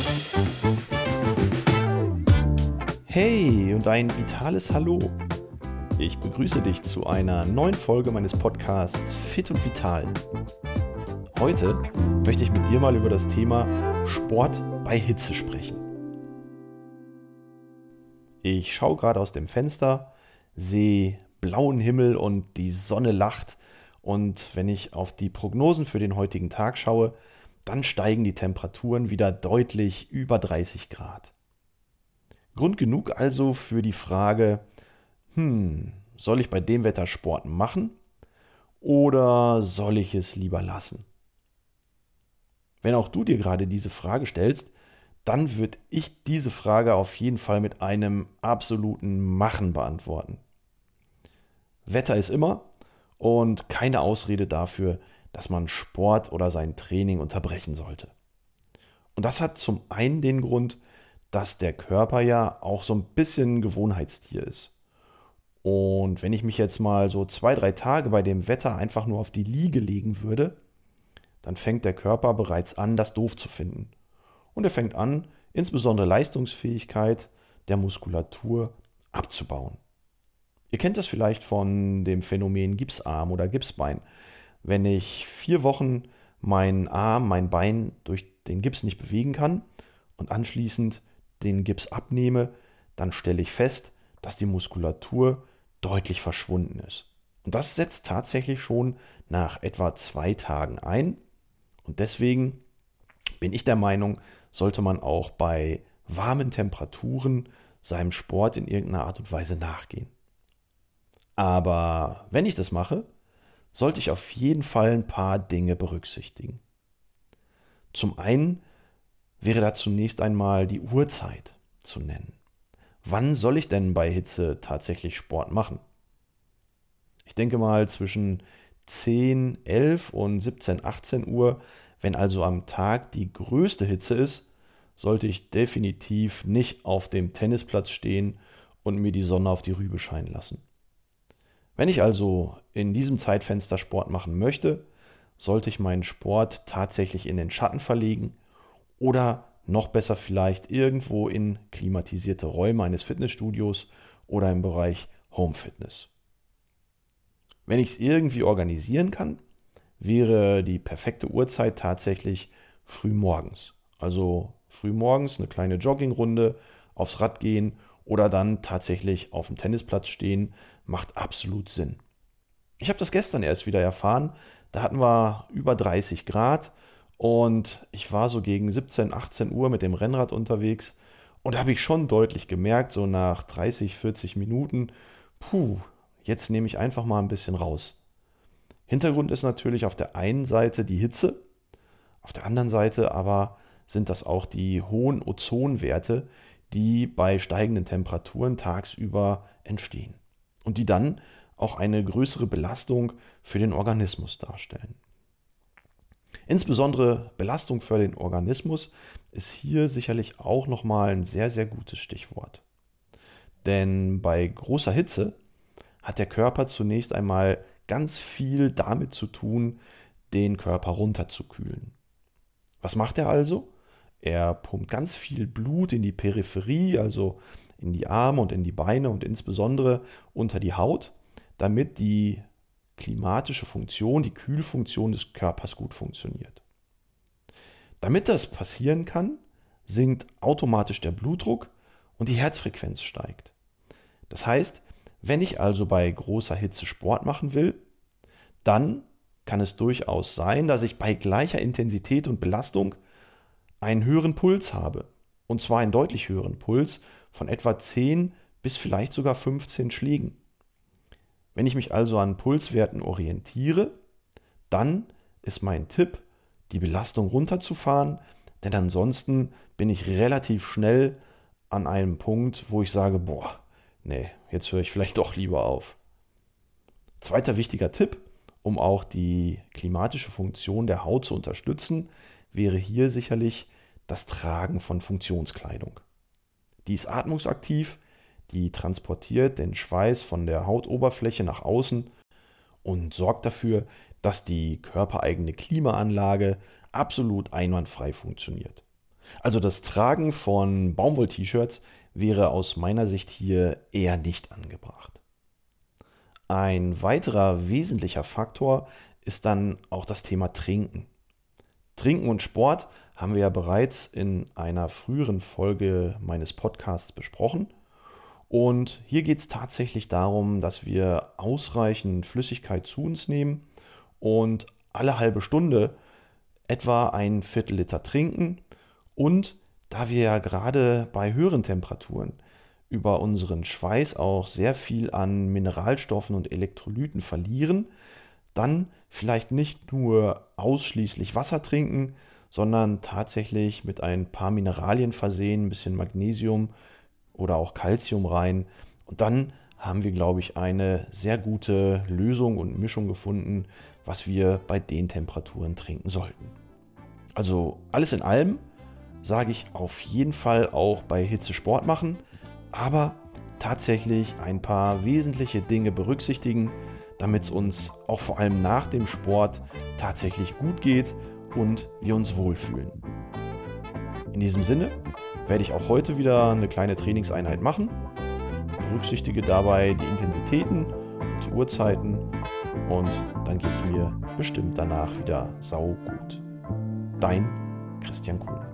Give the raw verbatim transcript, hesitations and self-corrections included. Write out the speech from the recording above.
Hey und ein vitales Hallo. Ich begrüße dich zu einer neuen Folge meines Podcasts Fit und Vital. Heute möchte ich mit dir mal über das Thema Sport bei Hitze sprechen. Ich schaue gerade aus dem Fenster, sehe blauen Himmel und die Sonne lacht. Und wenn ich auf die Prognosen für den heutigen Tag schaue, dann steigen die Temperaturen wieder deutlich über dreißig Grad. Grund genug also für die Frage, hm, soll ich bei dem Wetter Sport machen oder soll ich es lieber lassen? Wenn auch du dir gerade diese Frage stellst, dann würde ich diese Frage auf jeden Fall mit einem absoluten Machen beantworten. Wetter ist immer und keine Ausrede dafür, dass man Sport oder sein Training unterbrechen sollte. Und das hat zum einen den Grund, dass der Körper ja auch so ein bisschen Gewohnheitstier ist. Und wenn ich mich jetzt mal so zwei, drei Tage bei dem Wetter einfach nur auf die Liege legen würde, dann fängt der Körper bereits an, das doof zu finden. Und er fängt an, insbesondere Leistungsfähigkeit der Muskulatur abzubauen. Ihr kennt das vielleicht von dem Phänomen Gipsarm oder Gipsbein. Wenn ich vier Wochen meinen Arm, mein Bein durch den Gips nicht bewegen kann und anschließend den Gips abnehme, dann stelle ich fest, dass die Muskulatur deutlich verschwunden ist. Und das setzt tatsächlich schon nach etwa zwei Tagen ein. Und deswegen bin ich der Meinung, sollte man auch bei warmen Temperaturen seinem Sport in irgendeiner Art und Weise nachgehen. Aber wenn ich das mache, sollte ich auf jeden Fall ein paar Dinge berücksichtigen. Zum einen wäre da zunächst einmal die Uhrzeit zu nennen. Wann soll ich denn bei Hitze tatsächlich Sport machen? Ich denke mal zwischen zehn, elf und siebzehn, achtzehn Uhr, wenn also am Tag die größte Hitze ist, sollte ich definitiv nicht auf dem Tennisplatz stehen und mir die Sonne auf die Rübe scheinen lassen. Wenn ich also in diesem Zeitfenster Sport machen möchte, sollte ich meinen Sport tatsächlich in den Schatten verlegen oder noch besser vielleicht irgendwo in klimatisierte Räume eines Fitnessstudios oder im Bereich Home Fitness. Wenn ich es irgendwie organisieren kann, wäre die perfekte Uhrzeit tatsächlich frühmorgens. Also frühmorgens eine kleine Joggingrunde, aufs Rad gehen oder dann tatsächlich auf dem Tennisplatz stehen, macht absolut Sinn. Ich habe das gestern erst wieder erfahren, da hatten wir über dreißig Grad und ich war so gegen siebzehn, achtzehn Uhr mit dem Rennrad unterwegs und da habe ich schon deutlich gemerkt, so nach dreißig, vierzig Minuten, puh, jetzt nehme ich einfach mal ein bisschen raus. Hintergrund ist natürlich auf der einen Seite die Hitze, auf der anderen Seite aber sind das auch die hohen Ozonwerte, die bei steigenden Temperaturen tagsüber entstehen und die dann auch eine größere Belastung für den Organismus darstellen. Insbesondere Belastung für den Organismus ist hier sicherlich auch nochmal ein sehr, sehr gutes Stichwort. Denn bei großer Hitze hat der Körper zunächst einmal ganz viel damit zu tun, den Körper runterzukühlen. Was macht er also? Er pumpt ganz viel Blut in die Peripherie, also in die Arme und in die Beine und insbesondere unter die Haut, damit die klimatische Funktion, die Kühlfunktion des Körpers gut funktioniert. Damit das passieren kann, sinkt automatisch der Blutdruck und die Herzfrequenz steigt. Das heißt, wenn ich also bei großer Hitze Sport machen will, dann kann es durchaus sein, dass ich bei gleicher Intensität und Belastung einen höheren Puls habe. Und zwar einen deutlich höheren Puls von etwa zehn bis vielleicht sogar fünfzehn Schlägen. Wenn ich mich also an Pulswerten orientiere, dann ist mein Tipp, die Belastung runterzufahren, denn ansonsten bin ich relativ schnell an einem Punkt, wo ich sage, boah, nee, jetzt höre ich vielleicht doch lieber auf. Zweiter wichtiger Tipp, um auch die klimatische Funktion der Haut zu unterstützen, wäre hier sicherlich das Tragen von Funktionskleidung. Die ist atmungsaktiv, die transportiert den Schweiß von der Hautoberfläche nach außen und sorgt dafür, dass die körpereigene Klimaanlage absolut einwandfrei funktioniert. Also das Tragen von Baumwoll-T-Shirts wäre aus meiner Sicht hier eher nicht angebracht. Ein weiterer wesentlicher Faktor ist dann auch das Thema Trinken. Trinken und Sport haben wir ja bereits in einer früheren Folge meines Podcasts besprochen. Und hier geht es tatsächlich darum, dass wir ausreichend Flüssigkeit zu uns nehmen und alle halbe Stunde etwa ein Viertel Liter trinken. Und da wir ja gerade bei höheren Temperaturen über unseren Schweiß auch sehr viel an Mineralstoffen und Elektrolyten verlieren, dann vielleicht nicht nur ausschließlich Wasser trinken, sondern tatsächlich mit ein paar Mineralien versehen, ein bisschen Magnesium oder auch Calcium rein. Und dann haben wir, glaube ich, eine sehr gute Lösung und Mischung gefunden, was wir bei den Temperaturen trinken sollten. Also alles in allem sage ich auf jeden Fall auch bei Hitze Sport machen, aber tatsächlich ein paar wesentliche Dinge berücksichtigen, damit es uns auch vor allem nach dem Sport tatsächlich gut geht und wir uns wohlfühlen. In diesem Sinne werde ich auch heute wieder eine kleine Trainingseinheit machen. Berücksichtige dabei die Intensitäten und die Uhrzeiten und dann geht es mir bestimmt danach wieder saugut. Dein Christian Kuhn.